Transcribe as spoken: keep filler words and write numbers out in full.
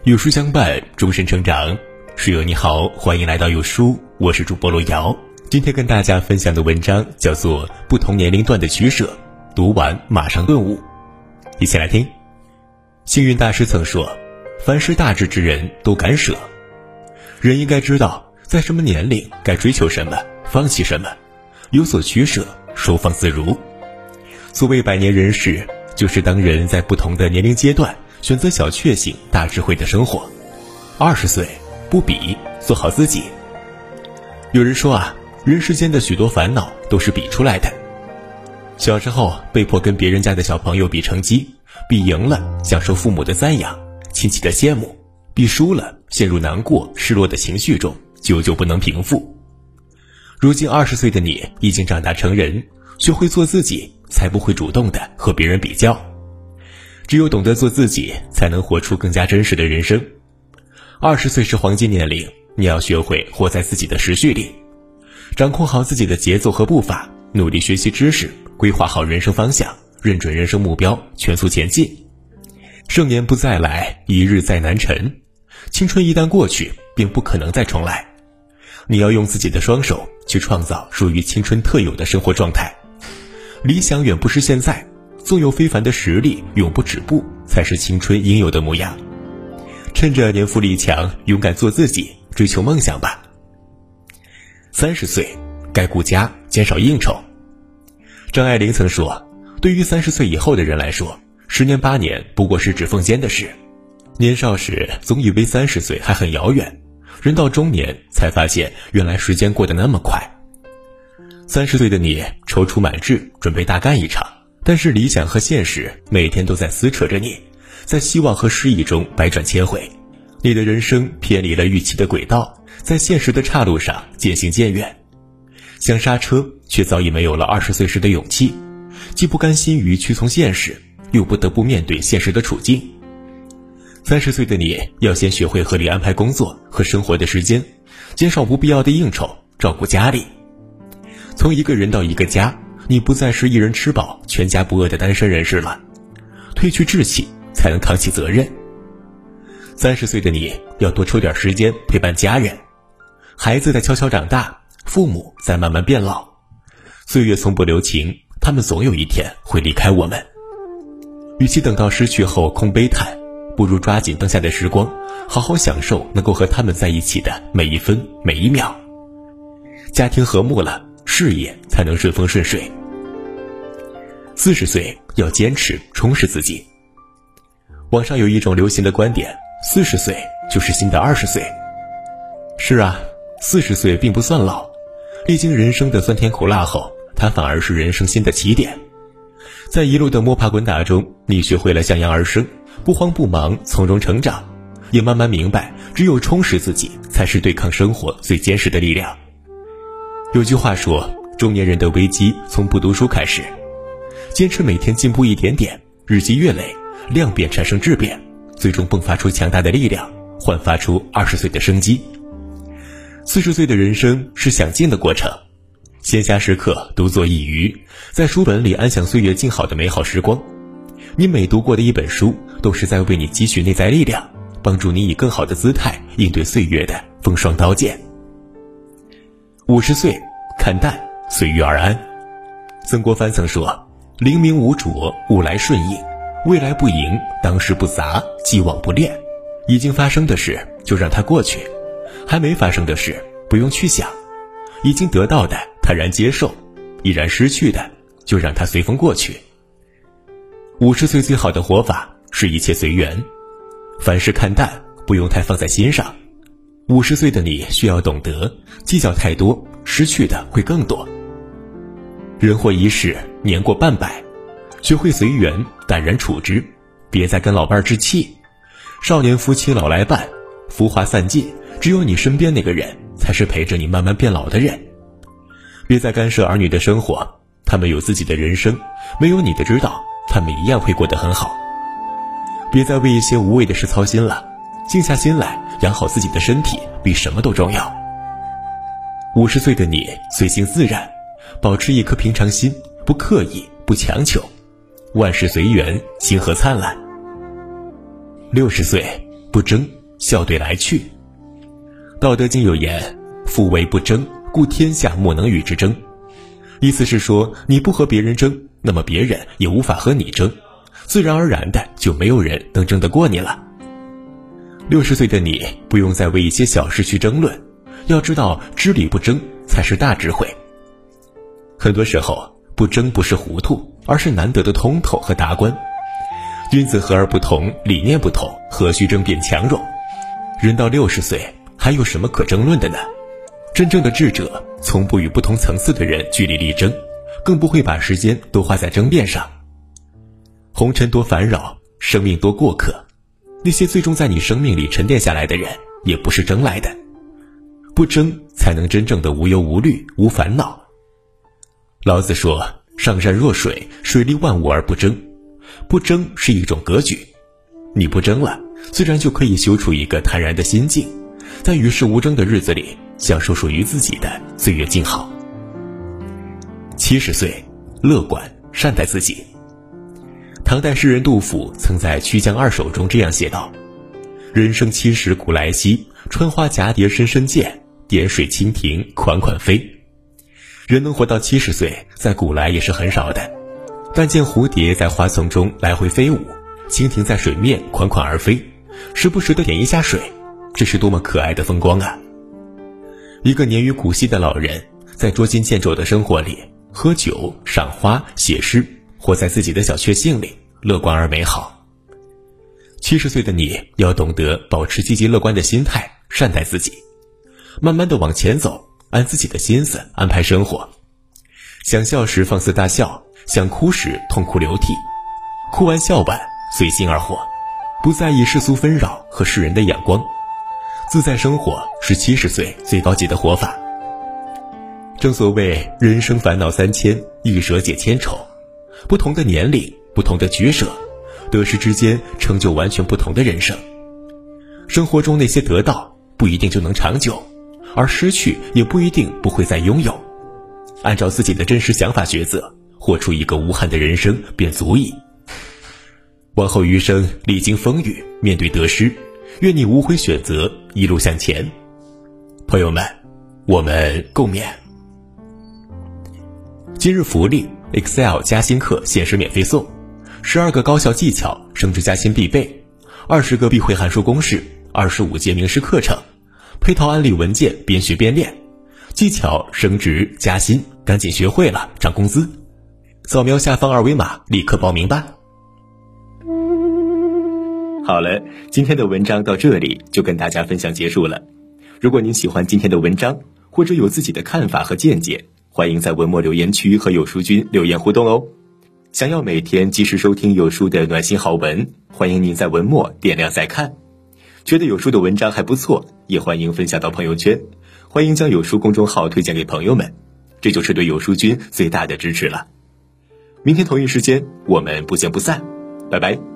有书相伴，终身成长。室友你好，欢迎来到有书，我是主播罗瑶。今天跟大家分享的文章叫做《不同年龄段的取舍》，读完马上顿悟。一起来听。幸运大师曾说，凡是大智之人都敢舍。人应该知道在什么年龄该追求什么，放弃什么，有所取舍，收放自如。所谓百年人世，就是当人在不同的年龄阶段选择小确幸大智慧的生活。二十岁不比，做好自己。有人说啊，人世间的许多烦恼都是比出来的。小时候被迫跟别人家的小朋友比成绩，比赢了享受父母的赞扬，亲戚的羡慕，比输了陷入难过失落的情绪中，久久不能平复。如今二十岁的你已经长大成人，学会做自己，才不会主动的和别人比较。只有懂得做自己，才能活出更加真实的人生。二十岁是黄金年龄，你要学会活在自己的时序里，掌控好自己的节奏和步伐，努力学习知识，规划好人生方向，认准人生目标，全速前进。盛年不再来，一日再难晨。青春一旦过去，并不可能再重来。你要用自己的双手去创造属于青春特有的生活状态。理想远不是现在，纵有非凡的实力，永不止步，才是青春应有的模样。趁着年富力强，勇敢做自己，追求梦想吧。三十岁该顾家，减少应酬。张爱玲曾说，对于三十岁以后的人来说，十年八年不过是指缝间的事。年少时总以为三十岁还很遥远，人到中年才发现原来时间过得那么快。三十岁的你踌躇满志，准备大干一场，但是理想和现实每天都在撕扯着你，在希望和失意中百转千回。你的人生偏离了预期的轨道，在现实的岔路上渐行渐远。想刹车，却早已没有了二十岁时的勇气，既不甘心于屈从现实，又不得不面对现实的处境。三十岁的你要先学会合理安排工作和生活的时间，减少不必要的应酬，照顾家里。从一个人到一个家，你不再是一人吃饱全家不饿的单身人士了。褪去志气，才能扛起责任。三十岁的你要多抽点时间陪伴家人。孩子在悄悄长大，父母在慢慢变老。岁月从不留情，他们总有一天会离开我们。与其等到失去后空悲叹，不如抓紧当下的时光，好好享受能够和他们在一起的每一分每一秒。家庭和睦了，事业才能顺风顺水。四十岁要坚持充实自己。网上有一种流行的观点，四十岁就是新的二十岁。是啊，四十岁并不算老，历经人生的酸甜苦辣后，它反而是人生新的起点。在一路的摸爬滚打中，你学会了向阳而生，不慌不忙，从容成长，也慢慢明白，只有充实自己，才是对抗生活最坚实的力量。有句话说，中年人的危机从不读书开始。坚持每天进步一点点，日积月累，量变产生质变，最终迸发出强大的力量，焕发出二十岁的生机。四十岁的人生是想进的过程，闲暇时刻独坐一隅，在书本里安享岁月静好的美好时光。你每读过的一本书，都是在为你积蓄内在力量，帮助你以更好的姿态应对岁月的风霜刀剑。五十岁看淡，随遇而安。曾国藩曾说，灵明无浊，物来顺应，未来不迎，当时不杂，既往不恋。已经发生的事就让它过去，还没发生的事不用去想，已经得到的坦然接受，已然失去的就让它随风过去。五十岁最好的活法是一切随缘，凡事看淡，不用太放在心上。五十岁的你需要懂得，计较太多，失去的会更多。人活一世，年过半百，学会随缘，淡然处之，别再跟老伴置气。少年夫妻老来伴，浮华散尽，只有你身边那个人，才是陪着你慢慢变老的人。别再干涉儿女的生活，他们有自己的人生，没有你的知道，他们一样会过得很好。别再为一些无谓的事操心了，静下心来，养好自己的身体，比什么都重要。五十岁的你，随性自然，保持一颗平常心，不刻意，不强求，万事随缘，星河灿烂。六十岁不争，笑对来去。道德经有言，夫为不争，故天下莫能与之争。意思是说，你不和别人争，那么别人也无法和你争，自然而然的就没有人能争得过你了。六十岁的你不用再为一些小事去争论，要知道知理不争才是大智慧。很多时候不争不是糊涂，而是难得的通透和达观。君子和而不同，理念不同，何须争辩强弱？人到六十岁还有什么可争论的呢？真正的智者从不与不同层次的人据理力争，更不会把时间都花在争辩上。红尘多烦扰，生命多过客，那些最终在你生命里沉淀下来的人也不是争来的。不争才能真正的无忧无虑，无烦恼。老子说，上善若水，水利万物而不争。不争是一种格局，你不争了，自然就可以修出一个坦然的心境，在与世无争的日子里享受属于自己的岁月静好。七十岁，乐观善待自己。唐代诗人杜甫曾在《曲江二首》中这样写道：人生七十古来稀，春花蛱蝶深深见，点水蜻蜓款款飞。人能活到七十岁，在古来也是很少的，但见蝴蝶在花丛中来回飞舞，蜻蜓在水面款款而飞，时不时地点一下水，这是多么可爱的风光啊！一个年逾古稀的老人，在捉襟见肘的生活里，喝酒、赏花、写诗，活在自己的小确幸里，乐观而美好。七十岁的你要懂得保持积极乐观的心态，善待自己，慢慢地往前走，按自己的心思安排生活。想笑时放肆大笑，想哭时痛哭流涕，哭完笑完，随心而活，不在意世俗纷扰和世人的眼光。自在生活是七十岁最高级的活法。正所谓人生烦恼三千，一舍解千愁。不同的年龄，不同的取舍，得失之间成就完全不同的人生。生活中那些得到不一定就能长久，而失去也不一定不会再拥有。按照自己的真实想法抉择，活出一个无憾的人生便足矣。往后余生历经风雨，面对得失，愿你无悔选择，一路向前。朋友们，我们共勉。今日福利 Excel 加薪课限时免费送，十二个高效技巧升职加薪必备，二十个必会函数公式，二十五节名师课程，配套案例文件边学边练，技巧升职加薪，赶紧学会了涨工资。扫描下方二维码立刻报名吧。好了，今天的文章到这里就跟大家分享结束了。如果您喜欢今天的文章，或者有自己的看法和见解，欢迎在文末留言区和有书君留言互动哦。想要每天及时收听有书的暖心好文，欢迎您在文末点亮再看。觉得有书的文章还不错，也欢迎分享到朋友圈，欢迎将有书公众号推荐给朋友们，这就是对有书君最大的支持了。明天同一时间我们不见不散，拜拜。